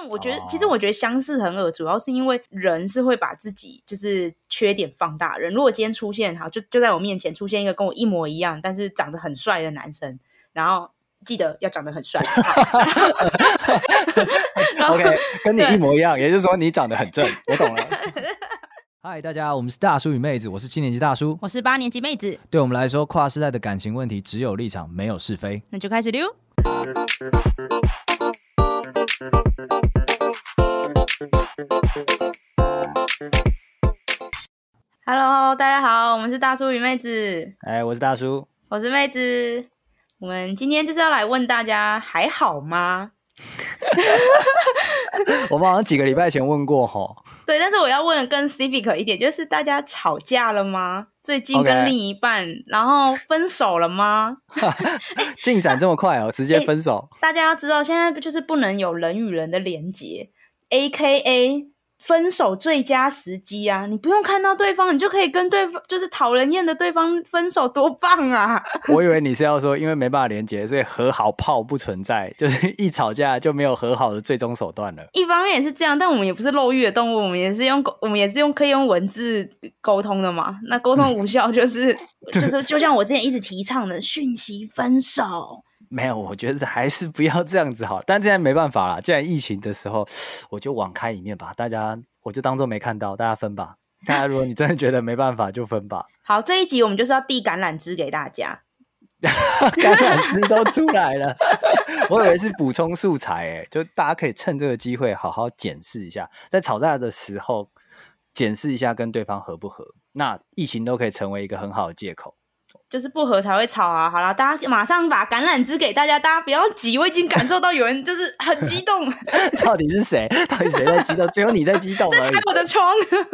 我觉得其实我觉得相似很恶，主要是因为人是会把自己就是缺点放大人。如果今天出现好就在我面前出现一个跟我一模一样但是长得很帅的男生，然后记得要长得很帅 OK 跟你一模一样，也就是说你长得很正，我懂了。嗨，大家，我们是大叔与妹子，我是7年级大叔， 我是8年级妹子。 对我们来说，跨世代的感情问题只有立场，没有是非。 那就开始溜。Hello， 大家好，我们是大叔与妹子。 我是大叔， 我是妹子。我们今天就是要来问大家还好吗？ 我们好像几个礼拜前问过齁。 对，但是我要问的更 civic 一点，就是大家吵架了吗？最近跟另一半然后分手了吗？ 进展这么快哦，直接分手。 大家要知道现在就是不能有人与人的连结 AKA 分手最佳时机啊！你不用看到对方，你就可以跟对方就是讨人厌的对方分手，多棒啊！ 我以为你是要说因为没办法连结，所以和好炮不存在，就是一吵架就没有和好的最终手段了。 一方面也是这样，但我们也不是肉欲的动物，我们也是用可以用文字沟通的嘛。那沟通无效就是就像我之前一直提倡的讯息分手。 没有，我觉得还是不要这样子好，但现在没办法啦，既然疫情的时候我就网开一面吧，大家我就当作没看到，大家分吧。大家如果你真的觉得没办法就分吧。 好，这一集我们就是要递橄榄枝给大家。 橄榄枝都出来了。我以为是补充素材就大家可以趁这个机会好好检视一下，在吵架的时候检视一下跟对方合不合，那疫情都可以成为一个很好的借口。 就是不合才会吵啊！好啦，大家马上把橄榄枝给大家，大家不要急，我已经感受到有人就是很激动。 到底是谁？到底谁在激动？只有你在激动而已。 在拍我的窗。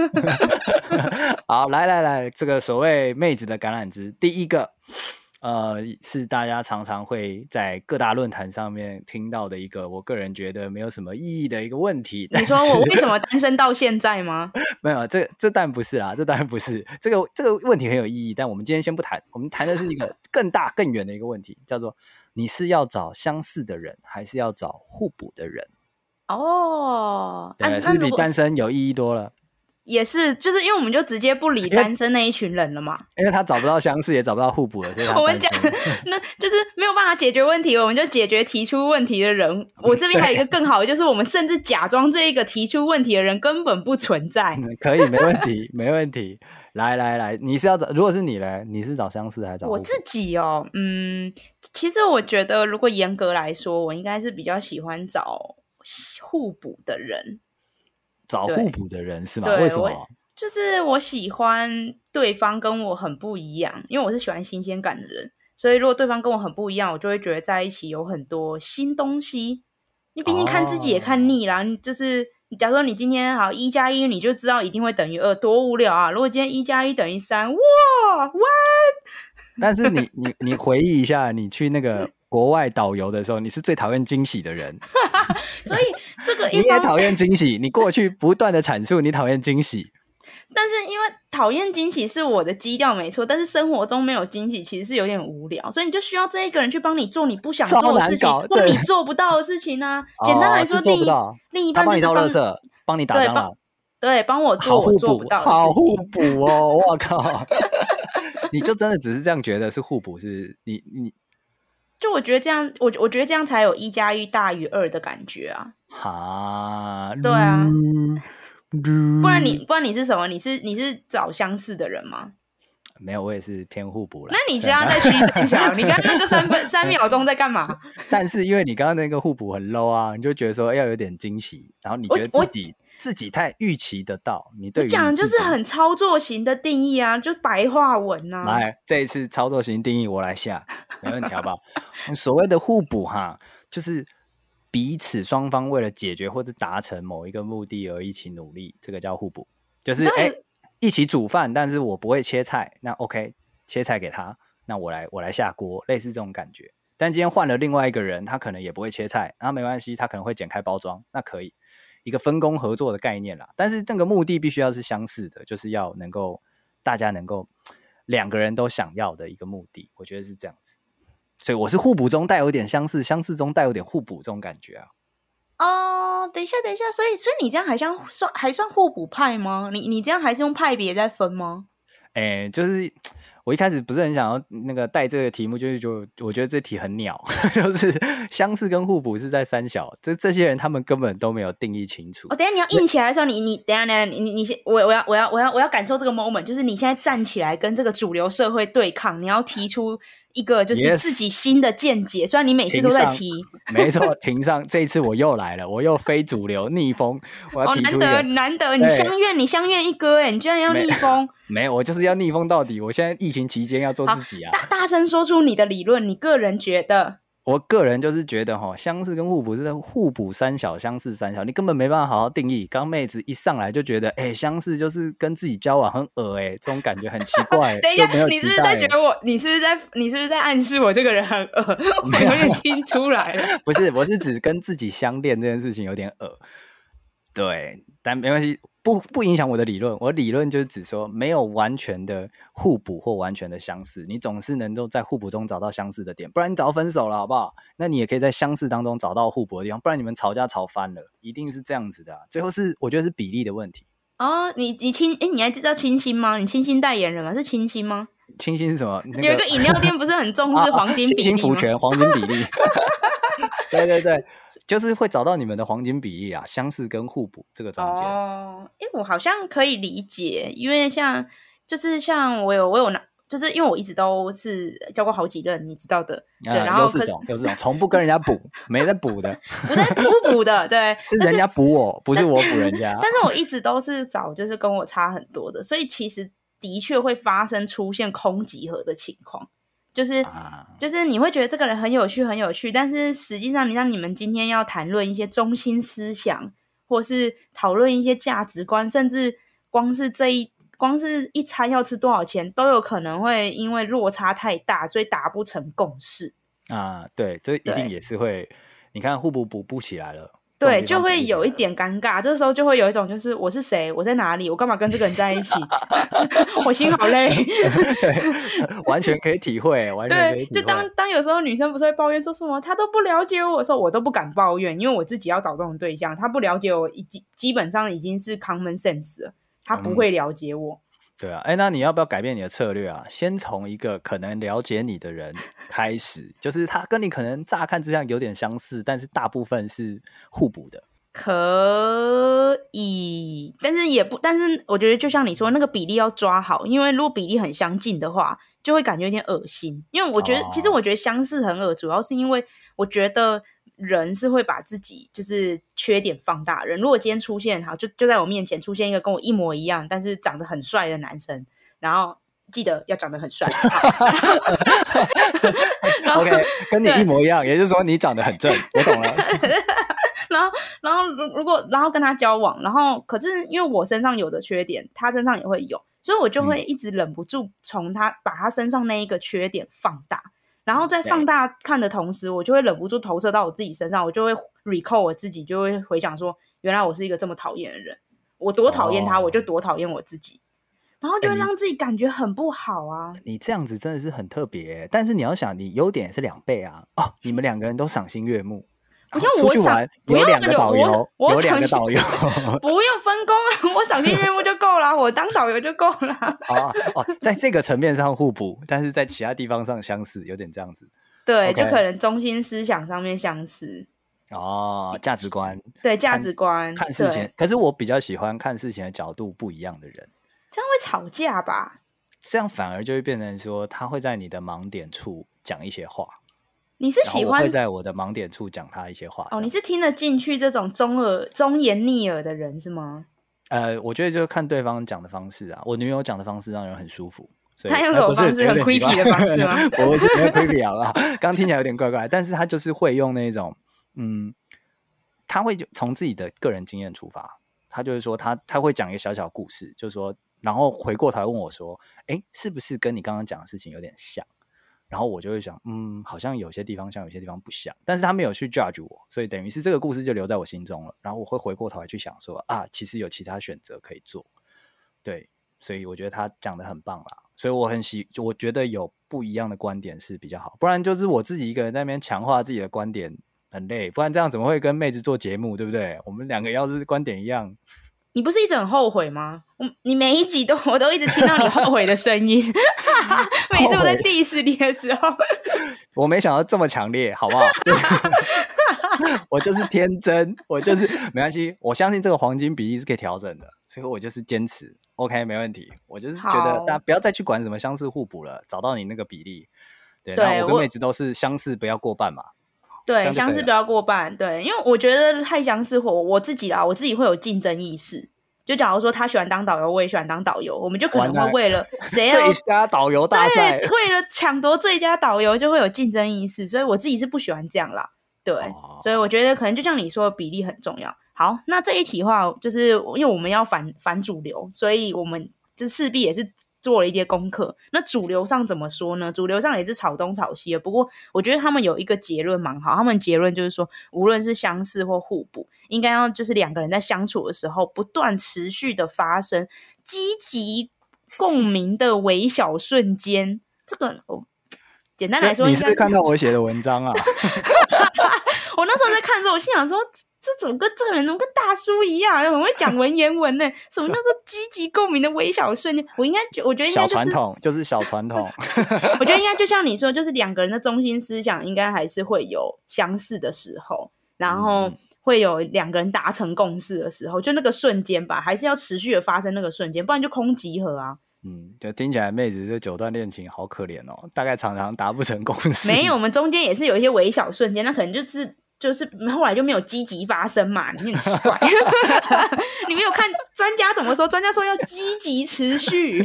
好，来，这个所谓妹子的橄榄枝，第一个是大家常常会在各大论坛上面听到的一个，我个人觉得没有什么意义的一个问题。 你说我为什么单身到现在吗？ 没有，这当然不是啦，这当然不是。这个问题很有意义，但我们今天先不谈，我们谈的是一个更大更远的一个问题，叫做你是要找相似的人，还是要找互补的人？ 哦， 对，是不是比单身有意义多了？ 也是，就是因为我们就直接不理单身那一群人了嘛， 因为他找不到相似，也找不到互补了，所以他我们讲那就是没有办法解决问题，我们就解决提出问题的人。我这边还有一个更好的，就是我们甚至假装这一个提出问题的人根本不存在。 可以，没问题，没问题。来，你是要找，如果是你嘞，你是找相似还是找互补？ 我自己其实我觉得如果严格来说，我应该是比较喜欢找互补的人。 找互补的人是吗？为什么？ 就是我喜欢对方跟我很不一样，因为我是喜欢新鲜感的人，所以如果对方跟我很不一样，我就会觉得在一起有很多新东西。你毕竟看自己也看腻啦，就是假如说你今天好1+1，你就知道一定会等于2，多无聊啊！如果今天1+1等于3，哇 ，what？ 但是你回忆一下，你去那个国外导游的时候，你是最讨厌惊喜的人。 所以这个你也讨厌惊喜，你过去不断的阐述你讨厌惊喜。 但是因为讨厌惊喜是我的基调没错，但是生活中没有惊喜其实是有点无聊，所以你就需要这一个人去帮你做你不想做的事情，或你做不到的事情啊。简单来说，另一半他帮你倒垃圾，帮你打蟑螂， 对，帮我做我做不到的事情， 好互补哦！我靠，你就真的只是这样觉得是互补？是你就我觉得这样，我觉得这样才有1+1大于2的感觉啊。 哈， 对啊。不然你是什么？你是找相似的人吗？ 没有，我也是偏互补啦。 那你现在在虚三小？你刚刚那个3秒钟在干嘛？ 但是因为你刚刚那个互补很 low 啊，你就觉得说要有点惊喜，然后你觉得自己太预期得到，你对于你讲的就是很操作型的定义啊，就白话文啊。 来，这一次操作型定义我来下，没问题好不好？所谓的互补哈，就是彼此双方为了解决或者达成某一个目的而一起努力，这个叫互补。就是一起煮饭，但是我不会切菜，那 OK， 切菜给他，那我来下锅，类似这种感觉。但今天换了另外一个人，他可能也不会切菜，然后没关系，他可能会剪开包装，那可以一个分工合作的概念啦。但是那个目的必须要是相似的，就是要能够大家能够两个人都想要的一个目的，我觉得是这样子。所以我是互补中带有点相似，相似中带有点互补这种感觉啊。 哦，等一下，所以你这样还算互补派吗？你这样还是用派别在分吗？ 就是我一开始不是很想要那个带这个题目，我觉得这题很鸟，就是相似跟互补是在三小，这些人他们根本都没有定义清楚。 等一下你要硬起来的时候，你等一下你先，我要感受这个 moment， 就是你现在站起来跟这个主流社会对抗，你要提出一个就是自己新的见解，虽然你每次都在提， 没错，停上，这一次我又来了，我又非主流逆风，我要提出一个难得，你相怨一哥你居然要逆风， 没有，我就是要逆风到底。我现在疫情期间要做自己啊！ 大声说出你的理论，你个人觉得？ 我个人就是觉得相似跟互补是互补三小，相似三小，你根本没办法好好定义。刚妹子一上来就觉得，相似就是跟自己交往很恶这种感觉很奇怪。 等一下，你是不是在觉得你是不是在暗示我这个人很恶？我有点听出来了。 不是，我是指跟自己相恋这件事情有点恶。对，但没关系，不影响我的理论。我的理论就是指说，没有完全的互补或完全的相似，你总是能够在互补中找到相似的点，不然你早分手了，好不好？那你也可以在相似当中找到互补的地方，不然你们吵架吵翻了，一定是这样子的最后我觉得是比例的问题。 哦，你还知道清新吗？你清新代言人吗？是清新吗？ 清新是什么？ 有一个饮料店不是很重视黄金比例吗？ 清新福全黄金比例。对，就是会找到你们的黄金比例啊，相似跟互补这个中间。 我好像可以理解，因为像我有就是因为我一直都是交过好几任，你知道的。对，然后又是这种从不跟人家补，没在补的， 不在补的，对， 是人家补我，不是我补人家。 但是我一直都是找就是跟我差很多的，所以其实的确会出现空集合的情况。就是你会觉得这个人很有趣，但是实际上你们今天要谈论一些中心思想，或是讨论一些价值观，甚至光是一餐要吃多少钱，都有可能会因为落差太大，所以达不成共识对，这一定也是会，你看互补不起来了。 对，就会有一点尴尬。这时候就会有一种就是我是谁，我在哪里，我干嘛跟这个人在一起？我心好累。 对，完全可以体会，完全可以体会。 就当有时候女生不是会抱怨说什么他都不了解我的时候，我都不敢抱怨，因为我自己要找这种对象，他不了解我，基本上已经是 common sense 了，他不会了解我。 对啊，那你要不要改变你的策略啊？先从一个可能了解你的人开始，就是他跟你可能乍看之下有点相似，但是大部分是互补的。 可以，但是我觉得就像你说，那个比例要抓好，因为如果比例很相近的话，就会感觉有点恶心。因为我觉得，其实我觉得相似很恶，主要是因为我觉得人是会把自己就是缺点放大人。如果今天出现就在我面前出现一个跟我一模一样，但是长得很帅的男生，然后记得要长得很帅。 OK， 跟你一模一样，也就是说你长得很正，我懂了。 然后跟他交往，然后可是因为我身上有的缺点，他身上也会有，所以我就会一直忍不住把他身上那一个缺点放大，然后在放大看的同时，我就会忍不住投射到我自己身上，我就会 recall 我自己，就会回想说，原来我是一个这么讨厌的人，我多讨厌他，我就多讨厌我自己。然后就会让自己感觉很不好啊！ 你这样子真的是很特别，但是你要想，你优点是2倍啊！你们2个人都赏心悦目， 不用出去玩有2个导游，有2个导游， 不用分工啊！我赏心悦目就够了，我当导游就够了。 在这个层面上互补，但是在其他地方上相似，有点这样子。 对，就可能中心思想上面相似。 价值观， 对，价值观看事情，可是我比较喜欢看事情的角度不一样的人。 这样会吵架吧？ 这样反而就会变成说，他会在你的盲点处讲一些话。 你是喜欢会在我的盲点处讲他一些话。 你是听得进去这种忠言逆耳的人是吗？ 我觉得就看对方讲的方式啊。我女友讲的方式让人很舒服，所以他用什么方式？很 creepy 的方式吗？ 不是没有 creepy 好不好？刚听起来有点怪怪，但是他就是会用那种他会从自己的个人经验出发，他就是说他会讲一个小小故事，就是说。然后回过头来问我说：“是不是跟你刚刚讲的事情有点像？”然后我就会想，好像有些地方像，有些地方不像。但是他没有去 judge 我，所以等于是这个故事就留在我心中了。然后我会回过头来去想说，其实有其他选择可以做。对，所以我觉得他讲的很棒啦。所以我觉得有不一样的观点是比较好，不然就是我自己一个人在那边强化自己的观点， 很累，不然这样怎么会跟妹子做节目，对不对？我们两个要是观点一样， 你不是一直很后悔吗？你每一集我都一直听到你后悔的声音，每次我在 diss 你的时候， 我没想到这么强烈，好不好？我就是天真，我就是没关系，我相信这个黄金比例是可以调整的，所以我就是坚持 OK 没问题。我就是觉得大家不要再去管什么相似互补了，找到你那个比例。对，然后我跟妹子都是相似不要过半嘛。 对，相似不要过半。对，因为我觉得太相似我自己会有竞争意识。就假如说他喜欢当导游，我也喜欢当导游，我们就可能会为了谁要最佳导游大赛， 对，为了抢夺最佳导游就会有竞争意识，所以我自己是不喜欢这样啦。对，所以我觉得可能就像你说的比例很重要。好，那这一题的话，就是因为我们要反主流，所以我们就势必也是做了一些功课。那主流上怎么说呢？主流上也是吵东吵西的，不过我觉得他们有一个结论蛮好，他们结论就是说，无论是相似或互补，应该要就是两个人在相处的时候，不断持续的发生积极共鸣的微小瞬间。这个简单来说， 你是不是看到我写的文章啊？ 我那时候在看的时候，我心想说，这怎么跟这个人怎么跟大叔一样，很会讲文言文呢？什么叫做积极共鸣的微小瞬间？我觉得应该、就是、 小传统，就是小传统。 我觉得应该就像你说，就是两个人的中心思想应该还是会有相似的时候，然后会有两个人达成共识的时候，就那个瞬间吧，还是要持续的发生那个瞬间，不然就空集合啊。 就听起来妹子这9段恋情好可怜哦，大概常常达不成共识。 没有，我们中间也是有一些微小瞬间，那可能就是后来就没有积极发生嘛，你很奇怪。你没有看专家怎么说？专家说要积极持续。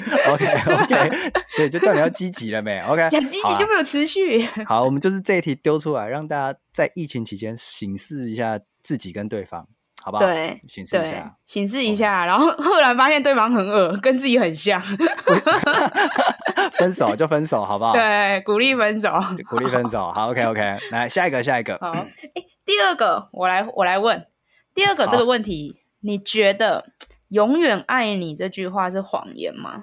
OK， 对，就叫你要积极了没 ？OK， 讲积极就没有持续。 好，我们就是这一题丢出来，让大家在疫情期间审视一下自己跟对方。好不好？ 对， 审视一下， 审视一下，然后后来发现对方很恶，跟自己很像， 分手就分手，好不好？ 对，鼓励分手， 鼓励分手。好 ，OK， 来下一个。 好，第二个，我来问第二个这个问题，你觉得永远爱你这句话是谎言吗？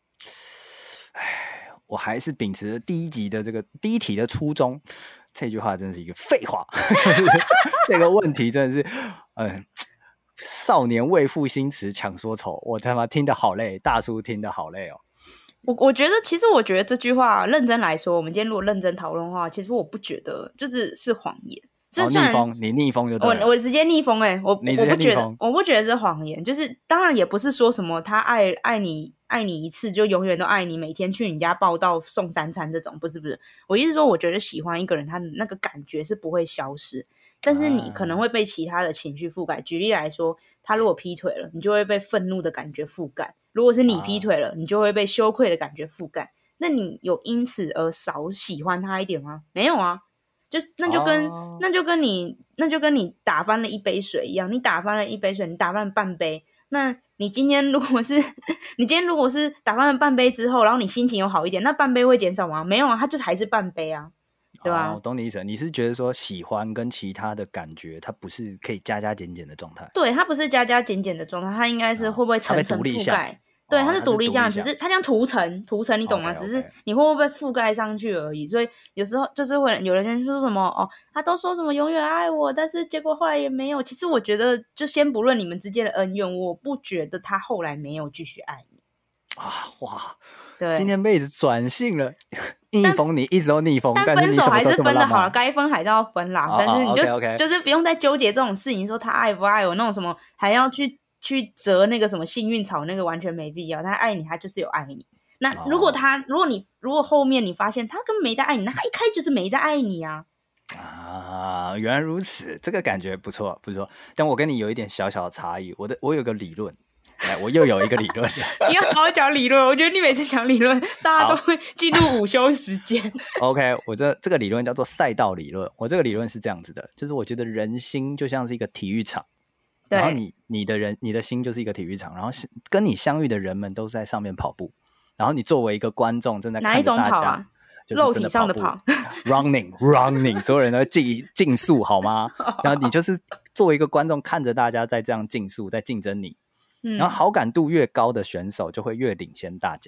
我还是秉持第一题的初衷，这句话真是一个废话。这个问题真的是，少年为赋新词强说愁，我他妈听得好累，大叔听得好累哦。 我觉得，其实我觉得这句话认真来说，我们今天如果认真讨论的话，其实我不觉得是谎言。 逆风，你逆风就对了。 我直接逆风我不觉得是谎言，就是当然也不是说什么他爱你一次就永远都爱你，每天去你家报到送3餐这种，不是。我意思说，我觉得喜欢一个人，他的那个感觉是不会消失，但是你可能会被其他的情绪覆盖。举例来说，他如果劈腿了，你就会被愤怒的感觉覆盖；如果是你劈腿了，你就会被羞愧的感觉覆盖。那你有因此而少喜欢他一点吗？没有啊。那就跟你打翻了一杯水一样，你打翻了一杯水，你打翻了半杯，那你今天如果是打翻了半杯之后，然后你心情有好一点，那半杯会减少吗？没有啊，它就还是半杯啊，对吧？ 我懂你意思，你是觉得说喜欢跟其他的感觉，它不是可以加加减减的状态？ 对，它不是加加减减的状态，它应该是会不会层层覆盖？对，它是独立项，只是它像涂层，你懂吗？只是你会不会被覆盖上去而已。所以有时候就是会有人说什么他都说什么永远爱我，但是结果后来也没有。其实我觉得，就先不论你们之间的恩怨，我不觉得他后来没有继续爱你啊！哇， 对， 今天妹子转性了，逆风你一直都逆风， 但分手还是分的好了，该分还是要分啦。但是你就是不用再纠结这种事情，说他爱不爱我那种什么，还要去折那个什么幸运草，那个完全没必要。他爱你，他就是有爱你。那如果后面你发现他根本没在爱你，那他一开始就是没在爱你啊。 原来如此，这个感觉不错。但我跟你有一点小小的差异，我有个理论，我又有一个理论。 你要好好讲理论，我觉得你每次讲理论，大家都会进入午休时间。 OK， 我这个理论叫做赛道理论。我这个理论是这样子的，就是我觉得人心就像是一个体育场。然后你的心就是一个体育场，然后跟你相遇的人们都是在上面跑步，然后你作为一个观众正在看着大家， 哪一种跑啊？肉体上的跑 running 所有人都在竞速好吗？然后你就是作为一个观众看着大家在这样竞速，在竞争你，然后好感度越高的选手就会越领先大家。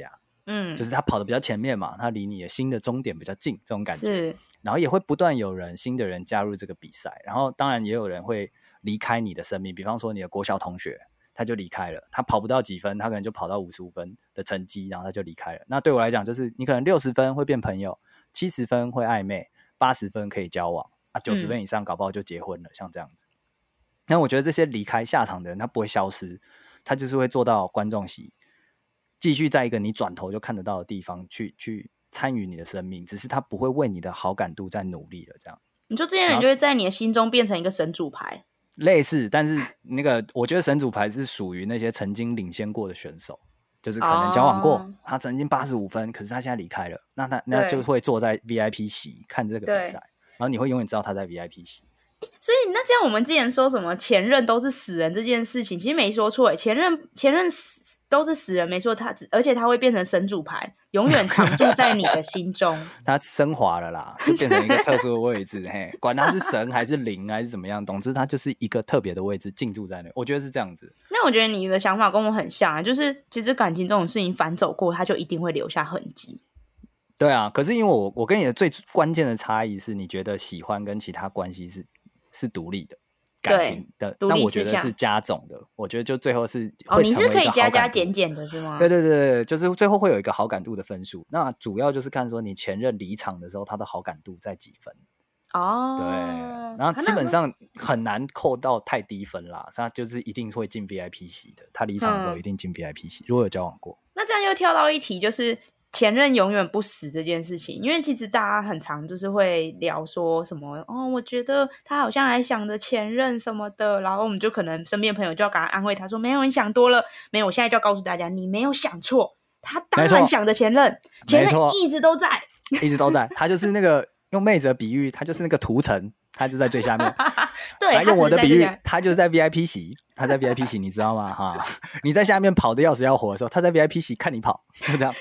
就是他跑得比较前面嘛，他离你的新的终点比较近，这种感觉。 是， 然后也会不断有新的人加入这个比赛，然后当然也有人会离开你的生命，比方说你的国小同学，他就离开了，他跑不到几分，他可能就跑到55分的成绩，然后他就离开了。那对我来讲，就是你可能60分会变朋友，70分会暧昧，80分可以交往啊，90分以上搞不好就结婚了，像这样子。那我觉得这些离开下场的人，他不会消失，他就是会坐到观众席，继续在一个你转头就看得到的地方去参与你的生命，只是他不会为你的好感度再努力了。这样， 你说这些人就会在你的心中变成一个神主牌， 类似，但是那个我觉得神主牌是属于那些曾经领先过的选手，就是可能交往过，他曾经85分，可是他现在离开了，那就会坐在 VIP 席看这个比赛，然后你会永远知道他在 VIP 席。 所以那这样我们之前说什么前任都是死人这件事情，其实没说错，前任都是死人没错，而且他会变成神主牌，永远常驻在你的心中。 他升华了啦，就变成一个特殊的位置，嘿，管他是神还是灵还是怎么样，总之他就是一个特别的位置进驻在那，我觉得是这样子。 那我觉得你的想法跟我很像啊，就是其实感情这种事情反走过，他就一定会留下痕迹。 对啊，可是因为我跟你的最关键的差异是，你觉得喜欢跟其他关系是独立的感情的，那我觉得是加总的。我觉得就最后是会成为一个好感度。 你是可以加加减减的是吗？ 对对对，就是最后会有一个好感度的分数。那主要就是看说你前任离场的时候，他的好感度在几分。 哦， 对，然后基本上很难扣到太低分啦，他就是一定会进 VIP 席的。他离场的时候一定进 VIP 席，如果有交往过。 那这样又跳到一题，就是前任永远不死这件事情，因为其实大家很常就是会聊说什么我觉得他好像还想着前任什么的，然后我们就可能身边的朋友就要赶快安慰他说没有，你想多了，没有，我现在就要告诉大家你没有想错，他当然想着前任，前任一直都在， 一直都在，他就是那个用妹子的比喻，他就是那个屠城，他就在最下面。 对， 用我的比喻，他就是在 VIP 席，他在 VIP 席，你知道吗？哈，你在下面跑的要死要活的时候，他在 VIP 席看你跑，就这样。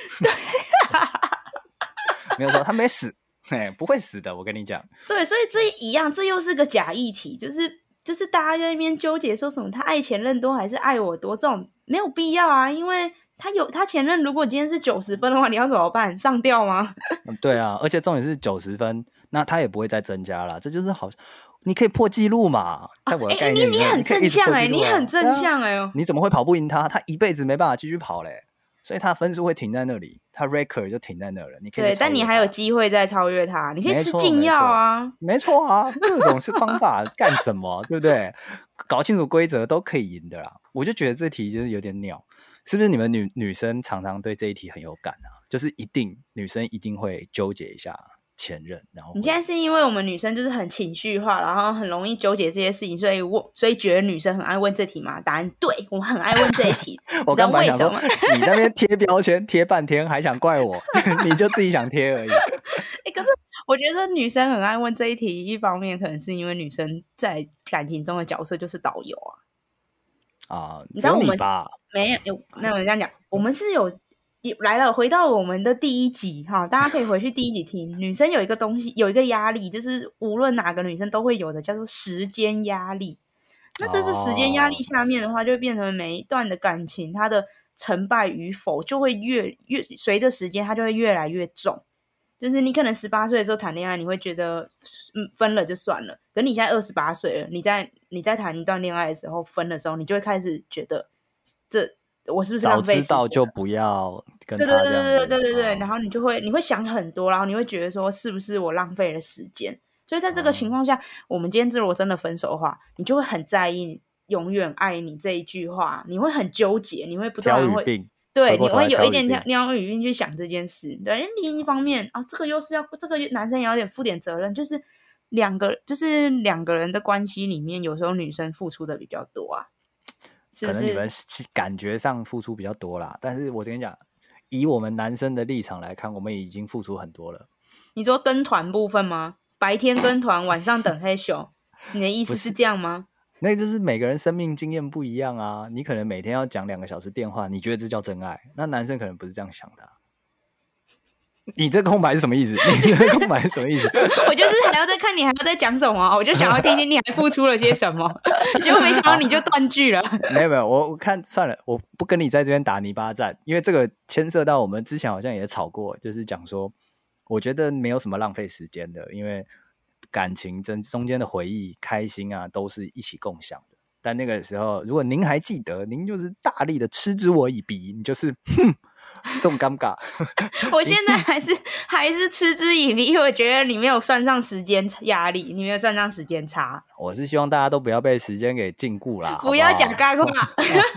没有错，他没死，不会死的，我跟你讲。 对，所以这一样，这又是个假议题，就是大家在那边纠结说什么他爱前任多还是爱我多，这种没有必要啊，因为他前任如果今天是90分的话，你要怎么办？上吊吗？ 对啊，而且重点是90分，那他也不会再增加了，这就是好，你可以破纪录嘛，在我的概念里面， 你很正向你很正向你怎么会跑不赢他？他一辈子没办法继续跑嘞。所以他分数会停在那里，他 record 就停在那了。你可以对，但你还有机会再超越他，你可以吃禁药啊， 没错啊，各种是方法干什么，对不对？搞清楚规则都可以赢的啦。我就觉得这题就是有点鸟，是不是你们女生常常对这一题很有感啊？就是女生一定会纠结一下前任，然后你现在是因为我们女生就是很情绪化，然后很容易纠结这些事情，所以觉得女生很爱问这题吗？答案对，我们很爱问这一题。 我刚本来想说，你在那边贴标签贴半天，还想怪我，你就自己想贴而已。 可是我觉得女生很爱问这一题，一方面可能是因为女生在感情中的角色就是导游啊。你知道我们没有？那我这样讲，我们是有。来了，回到我们的第一集哈，大家可以回去第一集听。女生有一个东西，有一个压力，就是无论哪个女生都会有的，叫做时间压力。那这是时间压力下面的话，就会变成每一段的感情，它的成败与否就会越随着时间，它就会越来越重。就是你可能18岁的时候谈恋爱，你会觉得分了就算了，可是你现在28岁了，你在谈一段恋爱的时候分的时候，你就会开始觉得我是不是浪费时间？ 早知道就不要跟他这样子。 对，然后你会想很多，然后你会觉得说是不是我浪费了时间？所以在这个情况下，我们今天如果真的分手的话，你就会很在意永远爱你这一句话，你会很纠结，你会不断会对，你会有一点鸟语病去想这件事。对，另一方面啊，这个又是这个男生也要负点责任，就是两个人的关系里面，有时候女生付出的比较多啊。是不是可能你们感觉上付出比较多啦，但是我跟你讲，以我们男生的立场来看，我们已经付出很多了。 你说跟团部分吗？白天跟团，晚上等黑熊，你的意思是这样吗？ 那就是每个人生命经验不一样啊，你可能每天要讲2个小时电话，你觉得这叫真爱？那男生可能不是这样想的你这个空白是什么意思？你这个空白是什么意思？ 我就是还要再看你还要再讲什么，我就想要听听你还付出了些什么，结果没想到你就断句了。 没有，我看算了，我不跟你在这边打泥巴战，因为这个牵涉到我们之前好像也吵过，就是讲说，我觉得没有什么浪费时间的，因为感情中间的回忆、开心啊，都是一起共享的。但那个时候，如果您还记得，您就是大力的嗤之我以鼻，你就是这种尴尬。 我现在还是嗤之以鼻，因为我觉得你没有算上时间压力，你没有算上时间差。 我是希望大家都不要被时间给禁锢啦， 不要讲干话。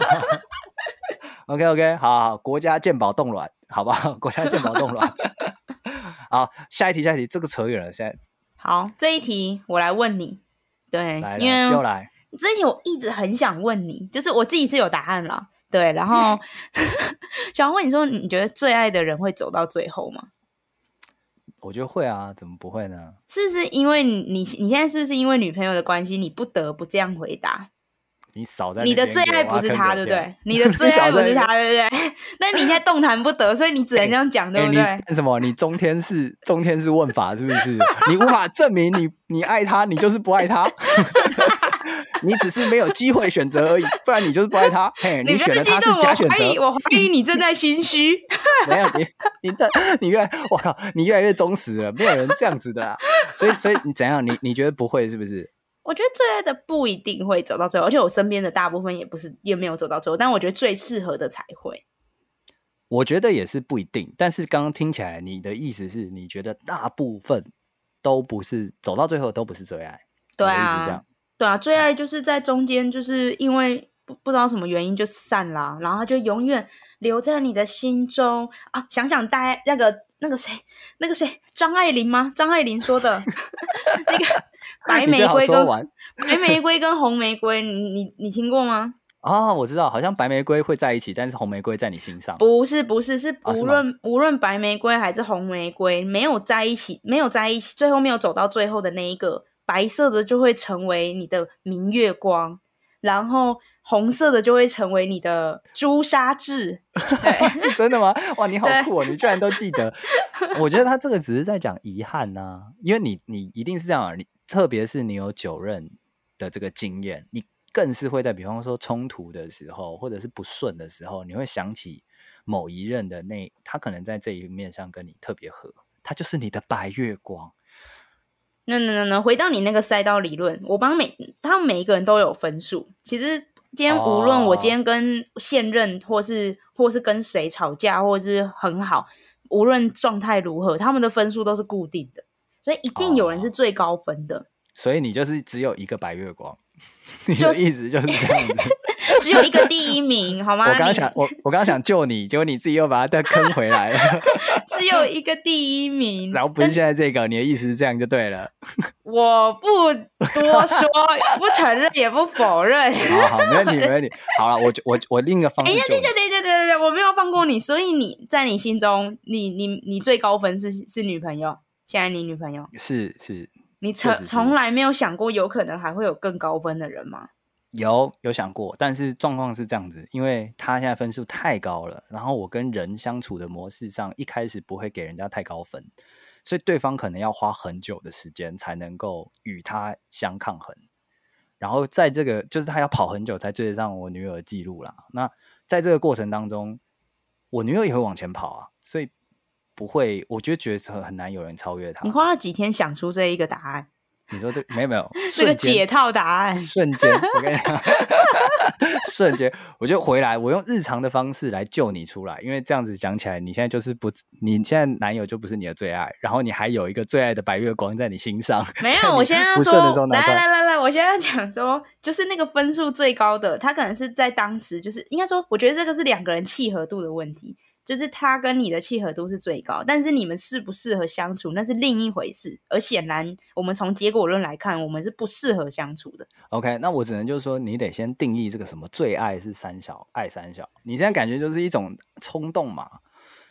OK， 好，国家健保冻卵，好不好？国家健保冻卵。好，下一题，这个扯远了。现在好，这一题我来问你，对，因为又来这一题我一直很想问你，就是我自己是有答案啦，对，然后想问你说，你觉得最爱的人会走到最后吗？ 我觉得会啊，怎么不会呢？ 是不是因为你现在是不是因为女朋友的关系，你不得不这样回答？ 你少在你的最爱不是他，对不对？你的最爱不是他，对不对？但你现在动弹不得，所以你只能这样讲，对不对？ 你什么？你中天是问法是不是？你无法证明你爱他，你就是不爱他。你只是没有机会选择而已，不然你就是不爱他。嘿，你选了他是假选择。 我怀疑你正在心虚。 没有你我靠，你越来越忠实了，没有人这样子的啦。所以你怎样？你觉得不会是不是？ 我觉得最爱的不一定会走到最后，而且我身边的大部分也没有走到最后，但我觉得最适合的才会。 我觉得也是不一定，但是刚刚听起来你的意思是你觉得大部分都不是走到最后都不是最爱。 对啊，对啊，最爱就是在中间，就是因为不知道什么原因就散啦，然后他就永远留在你的心中啊！想想那个谁张爱玲吗？张爱玲说的那个白玫瑰跟红玫瑰，你听过吗？ 哦，我知道，好像白玫瑰会在一起，但是红玫瑰在你心上。 不是，是无论白玫瑰还是红玫瑰没有在一起，最后没有走到最后的那一个，白色的就会成为你的明月光，然后红色的就会成为你的朱砂痣。 是真的吗？哇，你好酷哦！你居然都记得。我觉得他这个只是在讲遗憾啊，因为你一定是这样，特别是你有9任的这个经验，你更是会在比方说冲突的时候，或者是不顺的时候，你会想起某一任的他可能在这一面上跟你特别合，他就是你的白月光。 那回到你那个赛道理论，他们每一个人都有分数。其实今天无论我今天跟现任或是跟谁吵架，或是很好，无论状态如何，他们的分数都是固定的，所以一定有人是最高分的。 所以你就是只有一个白月光，你的意思就是这样子。 只有一个第一名，好吗？ 我刚想救你，结果你自己又把它再坑回来了。 只有一个第一名， 然后不是现在这个，你的意思是这样就对了。 我不多说，不承认也不否认。 好，没问题。好了，我另一个方式。 对，我没有放过你，所以你在你心中，你最高分是女朋友，现在你女朋友是。 你从来没有想过有可能还会有更高分的人吗？ 有想过，但是状况是这样子，因为他现在分数太高了，然后我跟人相处的模式上一开始不会给人家太高分，所以对方可能要花很久的时间才能够与他相抗衡，然后在这个就是他要跑很久才追得上我女友的记录啦。那在这个过程当中，我女友也会往前跑啊，所以不会，我就觉得很难有人超越他。 你花了几天想出这一个答案？ 你说这没有这个解套答案， 瞬间我跟你讲，瞬间我就回来，我用日常的方式来救你出来，因为这样子讲起来，你现在就是你现在男友就不是你的最爱，然后你还有一个最爱的白月光在你心上。 没有，我现在要说，来，我现在要讲说，就是那个分数最高的，他可能是在当时，就是应该说，我觉得这个是两个人契合度的问题。就是他跟你的契合度是最高，但是你们适不适合相处那是另一回事，而显然我们从结果论来看，我们是不适合相处的。 OK， 那我只能就是说你得先定义这个什么最爱是三小爱三小，你现在感觉就是一种冲动嘛。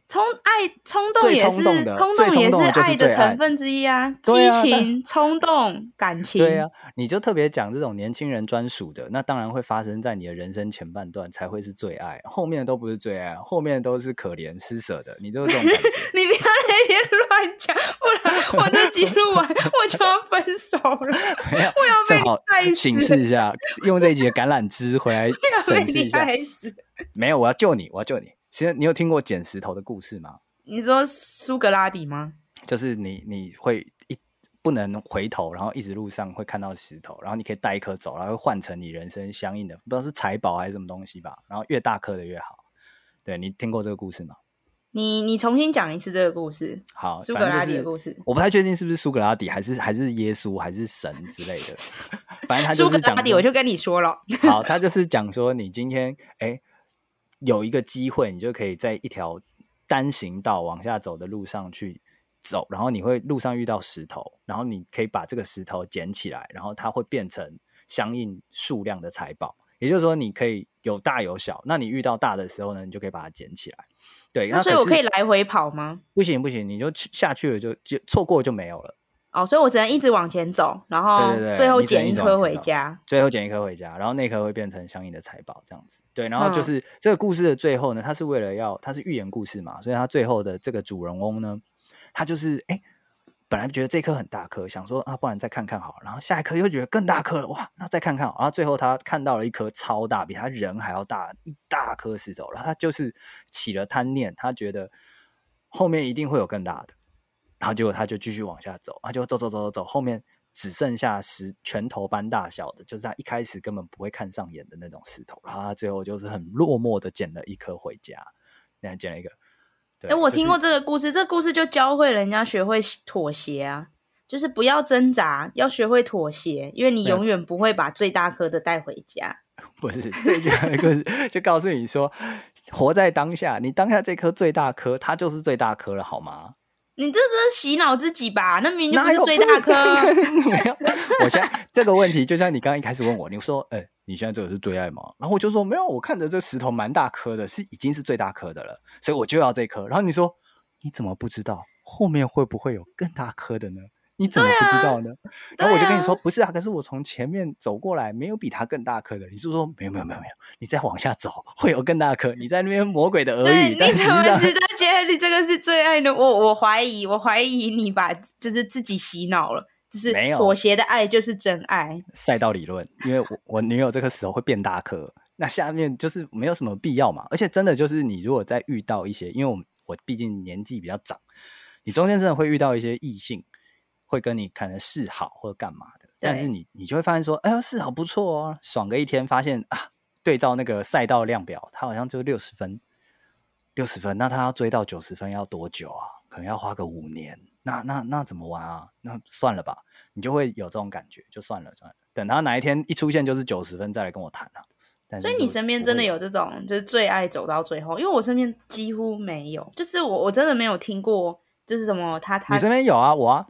冲动也是冲动也是爱的成分之一啊，激情、冲动、感情。 对啊，你就特别讲这种年轻人专属的，那当然会发生在你的人生前半段才会是最爱，后面的都不是最爱，后面的都是可怜施舍的，你就是这种感觉。 你不要那边乱讲，不然我这集录完我就要分手了。我要被你害死， 警示一下，用这一集的橄榄枝回来审视一下。没有，我要救你，我要救你。其实你有听过捡石头的故事吗？ 你说苏格拉底吗？ 就是你会不能回头，然后一直路上会看到石头，然后你可以带一颗走，然后会换成你人生相应的，不知道是财宝还是什么东西吧，然后越大颗的越好。对，你听过这个故事吗？ 你重新讲一次这个故事。 好， 苏格拉底的故事， 我不太确定是不是苏格拉底，还是耶稣，还是神之类的。反正他就是苏格拉底，我就跟你说了。 好，他就是讲说，你今天有一个机会，你就可以在一条单行道往下走的路上去走，然后你会路上遇到石头，然后你可以把这个石头捡起来，然后它会变成相应数量的财宝。也就是说，你可以有大有小，那你遇到大的时候呢，你就可以把它捡起来。对， 那所以我可以来回跑吗？ 不行不行，你就下去了就错过就没有了。 哦，所以我只能一直往前走，然后最后捡一颗回家。 最后捡一颗回家，然后那颗会变成相应的财宝，这样子。对，然后就是这个故事的最后呢，它是为了它是寓言故事嘛，所以它最后的这个主人翁呢，他就是本来觉得这颗很大颗，想说不然再看看好了，然后下一颗又觉得更大颗了，哇，那再看看好，然后最后他看到了一颗超大，比他人还要大一大颗石头，然后他就是起了贪念，他觉得后面一定会有更大的，然后结果他就继续往下走，他就走，后面只剩下拳头般大小的，就是他一开始根本不会看上眼的那种石头，然后他最后就是很落寞的捡了一颗回家，那捡了一个。 我听过这个故事，这个故事就教会人家学会妥协啊，就是不要挣扎，要学会妥协，因为你永远不会把最大颗的带回家。 不是，这句话的故事就告诉你说，活在当下，你当下这颗最大颗，它就是最大颗了，好吗？ 你这是洗脑自己吧？那明明就不是最大颗。 没有，我现在这个问题就像你刚刚一开始问我，你说你现在这个是最爱吗？然后我就说没有，我看着这石头蛮大颗的，已经是最大颗的了，所以我就要这颗。然后你说你怎么不知道后面会不会有更大颗的呢？你怎么不知道呢？然后我就跟你说不是啊，可是我从前面走过来没有比它更大颗的。你就说没有，你再往下走会有更大颗，你在那边魔鬼的俄语。 你怎么知道觉得你这个是最爱呢？我怀疑你把就是自己洗脑了，就是妥协的爱就是真爱。 赛道理论，因为我女友这颗石头会变大颗，那下面就是没有什么必要嘛。而且真的就是你如果再遇到一些，因为我毕竟年纪比较长，你中间真的会遇到一些异性会跟你可能示好或者干嘛的，但是你就会发现说哎呦示好不错哦，爽个一天，发现对照那个赛道量表，他好像就60分，那他要追到90分要多久啊？可能要花个5年，那怎么玩啊？那算了吧，你就会有这种感觉，就算了，等他哪一天一出现就是90分再来跟我谈啊。 所以你身边真的有这种就是最爱走到最后？因为我身边几乎没有，就是我真的没有听过，就是什么他你身边有啊，我啊。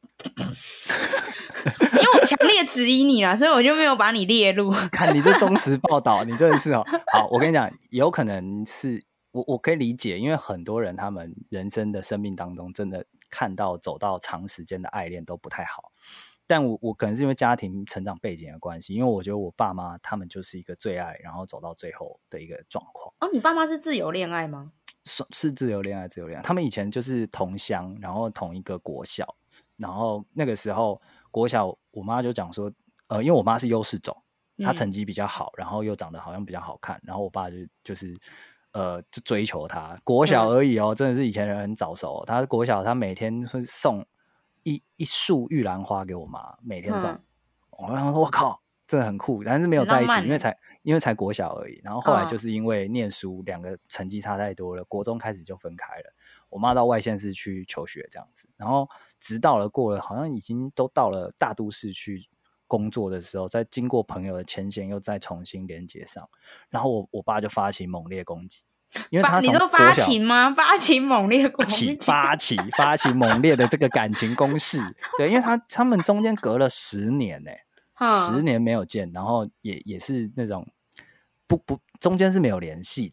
因为我强烈质疑你啦，所以我就没有把你列入。 看你这忠实报道，你真的是好，我跟你讲，有可能是我可以理解，因为很多人他们人生的生命当中，真的看到走到长时间的爱恋都不太好。但我可能是因为家庭成长背景的关系，因为我觉得我爸妈他们就是一个最爱，然后走到最后的一个状况。 你爸妈是自由恋爱吗？ 是自由恋爱。他们以前就是同乡，然后同一个国小。然后那个时候国小我妈就讲说因为我妈是优势种，她成绩比较好，然后又长得好像比较好看，然后我爸就是就追求她。国小而已真的是以前人很早熟。他国小他每天会送一束玉兰花给我妈，每天送。我妈说我靠真的很酷，但是没有在一起，因为才国小而已。然后后来就是因为念书两个成绩差太多了，国中开始就分开了。我妈到外县市去求学这样子，然后直到了过了好像已经都到了大都市去工作的时候，再经过朋友的牵线又再重新连接上，然后我爸就发起猛烈攻击。因为他你说发情吗？发起猛烈攻击， 发起猛烈的这个感情攻势。对，因为他们中间隔了10年10年没有见，然后也是那种不中间是没有联系的。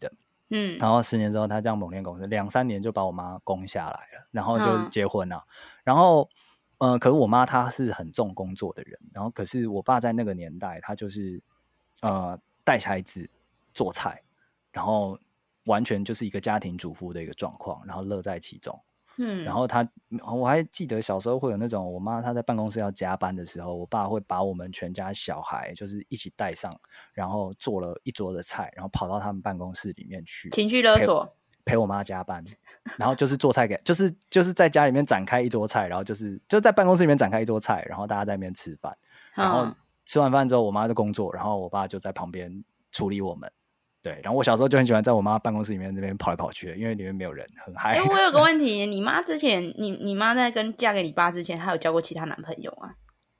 然后10年之后他这样猛练公司，2-3年就把我妈攻下来了，然后就结婚了。然后可是我妈她是很重工作的人，然后可是我爸在那个年代他就是带孩子做菜，然后完全就是一个家庭主妇的一个状况，然后乐在其中。然后我还记得小时候会有那种我妈她在办公室要加班的时候，我爸会把我们全家小孩就是一起带上，然后做了一桌的菜，然后跑到他们办公室里面去情绪勒索， 陪我妈加班，然后就是做菜给就是在家里面展开一桌菜，然后就是在办公室里面展开一桌菜，然后大家在那边吃饭，然后吃完饭之后我妈就工作，然后我爸就在旁边处理我们。对，然后我小时候就很喜欢在我妈办公室里面那边跑来跑去的，因为里面没有人，很嗨。 我有个问题，你妈之前，你妈在嫁给你爸之前，还有交过其他男朋友啊？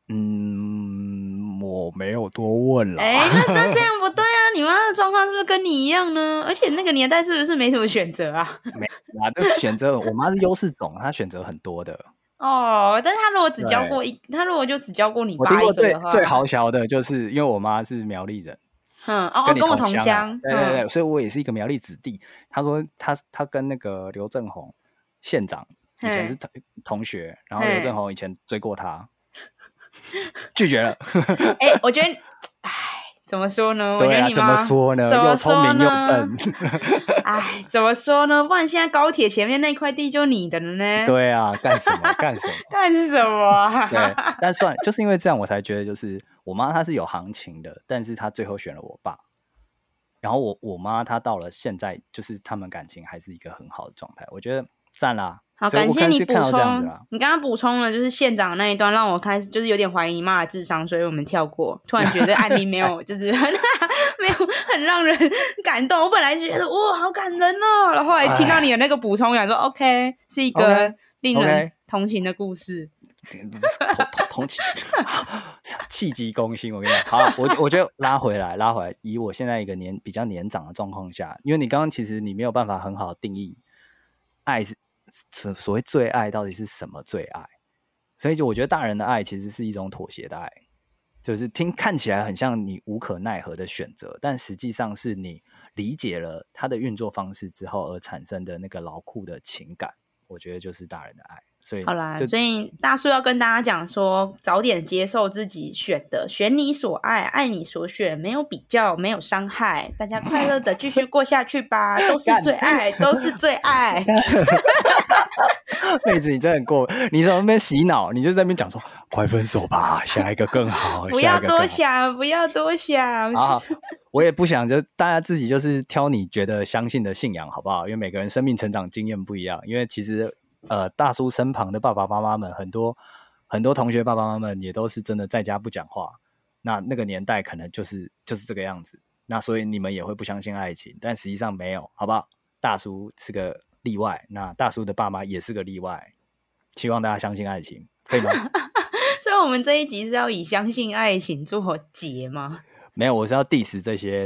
我没有多问了。 那这样不对啊！你妈的状况是不是跟你一样呢？而且那个年代是不是没什么选择啊？ 没啊，这选择我妈是优势种，她选择很多的。 但是她如果只交过她如果就只交过你爸一个的话， 我听过最豪小的就是因为我妈是苗栗人。 跟我同乡， 对，所以我也是一个苗栗子弟。他说他跟那个刘正宏县长以前是同学，然后刘正宏以前追过他，拒绝了。 我觉得，怎么说呢？ 对啊，怎么说呢？又聪明又笨。 怎么说呢？不然现在高铁前面那块地就你的了呢？ 对啊，干什么？ 干什么？ 对，但算了，就是因为这样，我才觉得就是我妈她是有行情的，但是她最后选了我爸。然后我妈她到了现在，就是他们感情还是一个很好的状态，我觉得赞啦。 好，感谢你补充。你刚刚补充了就是县长那一段，让我开始就是有点怀疑你妈的智商，所以我们跳过。突然觉得案例没有，就是没有很让人感动。我本来觉得哇，好感人哦，然后后来听到你的那个补充，想说 OK， 是一个令人同情的故事。 同情，气急攻心。我跟你讲，好，我觉得拉回来，以我现在一个比较年长的状况下，因为你刚刚其实你没有办法很好定义爱是所谓最爱到底是什么最爱，所以我觉得大人的爱其实是一种妥协的爱，就是看起来很像你无可奈何的选择，但实际上是你理解了它的运作方式之后而产生的那个牢固的情感，我觉得就是大人的爱。 好啦，所以大叔要跟大家讲说，早点接受自己选的，选你所爱，爱你所选，没有比较，没有伤害，大家快乐的继续过下去吧，都是最爱，都是最爱。 妹子，你真的很过，你在那边洗脑，你就在那边讲说，快分手吧，下一个更好。 不要多想，不要多想。 我也不想，就大家自己就是挑你觉得相信的信仰，好不好？因为每个人生命成长经验不一样，因为其实。大叔身旁的爸爸妈妈们，很多同学爸爸妈妈们也都是真的在家不讲话。那个年代可能就是这个样子。那所以你们也会不相信爱情，但实际上没有，好不好？大叔是个例外，那大叔的爸妈也是个例外。希望大家相信爱情，可以吗？ 所以我们这一集是要以相信爱情做结吗？ 没有，我是要 diss 这些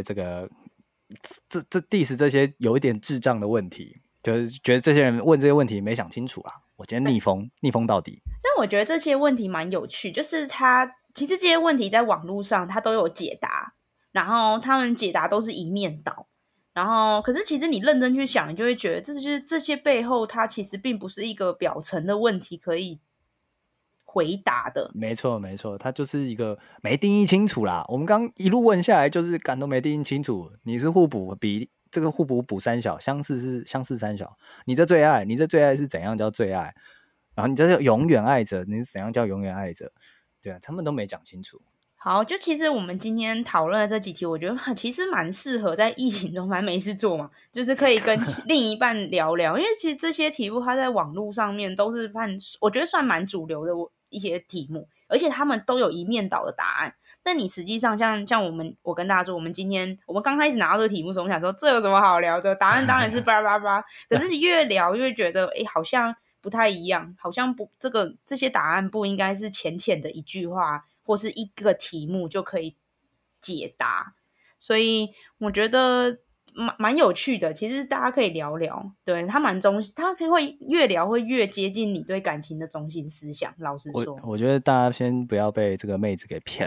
diss 这些有一点智障的问题。就是觉得这些人问这些问题没想清楚啦，我今天逆风到底。 但我觉得这些问题蛮有趣，就是其实这些问题在网络上他都有解答，然后他们解答都是一面倒，然后可是其实你认真去想，你就会觉得这些背后它其实并不是一个表层的问题可以回答的。 没错，它就是一个没定义清楚啦。我们刚一路问下来，就是感都没定义清楚。你是互补比这个互补补三小，相似是相似三小。你这最爱是怎样叫最爱？然后你这是永远爱着，你是怎样叫永远爱着？对啊，他们都没讲清楚。 好，就其实我们今天讨论的这几题，我觉得其实蛮适合在疫情中，反正没事做嘛，就是可以跟另一半聊聊。因为其实这些题目它在网络上面都是我觉得算蛮主流的一些题目，而且他们都有一面倒的答案。但你实际上像我跟大家说，我们刚开始拿到这个题目的时候，我们想说这有什么好聊的？答案当然是叭叭叭。可是越聊越觉得，好像不太一样，好像不这些答案不应该是浅浅的一句话或是一个题目就可以解答。所以我觉得蛮有趣的，其实大家可以聊聊。对，他会越聊会越接近你对感情的中心思想。老实说， 我觉得大家先不要被这个妹子给骗了。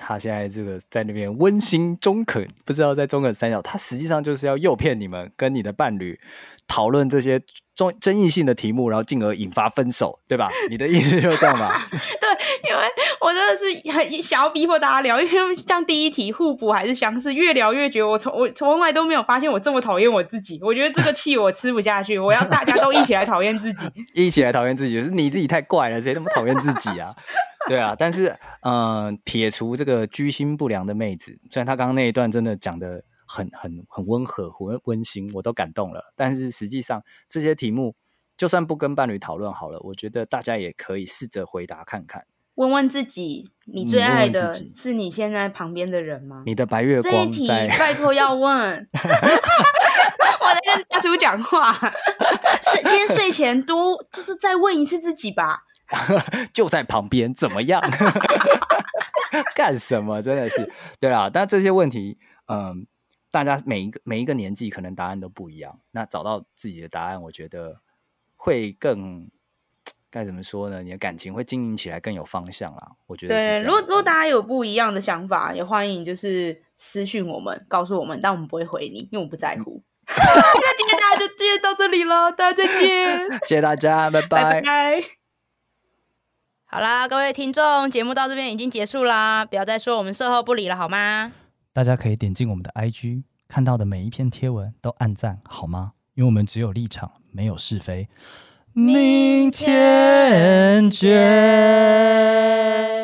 他现在这个在那边温馨中肯，不知道在中肯三小，他实际上就是要诱骗你们跟你的伴侣讨论这些争议性的题目，然后进而引发分手，对吧？你的意思就是这样吧？ 对，因为我真的是很想要逼迫大家聊，因为像第一题互补还是相似，越聊越觉得我从来都没有发现我这么讨厌我自己。我觉得这个气我吃不下去，我要大家都一起来讨厌自己， 一起来讨厌自己，就是你自己太怪了，谁那么讨厌自己啊？对啊，但是撇除这个居心不良的妹子，虽然她刚刚那一段真的讲的很温和、很温馨，我都感动了。但是实际上这些题目，就算不跟伴侣讨论好了，我觉得大家也可以试着回答看看。 问问自己，你最爱的是你现在旁边的人吗？ 你的白月光在， 这一题拜托要问。我在跟大叔讲话，今天睡前多就是再问一次自己吧。 就在旁边，怎么样？干什么？真的是对啦。但这些问题，大家每一个年纪可能答案都不一样。那找到自己的答案，我觉得会更该怎么说呢？你的感情会经营起来更有方向啦。我觉得是这样。 对，如果大家有不一样的想法，也欢迎就是私讯我们，告诉我们，但我们不会回你，因为我们不在乎。那今天大家就到这里了，大家再见， 谢谢大家，拜拜。 拜拜。好啦，各位听众，节目到这边已经结束啦，不要再说我们售后不理了，好吗？ 大家可以点进我们的 IG， 看到的每一篇贴文都按赞，好吗？因为我们只有立场，没有是非。明天见。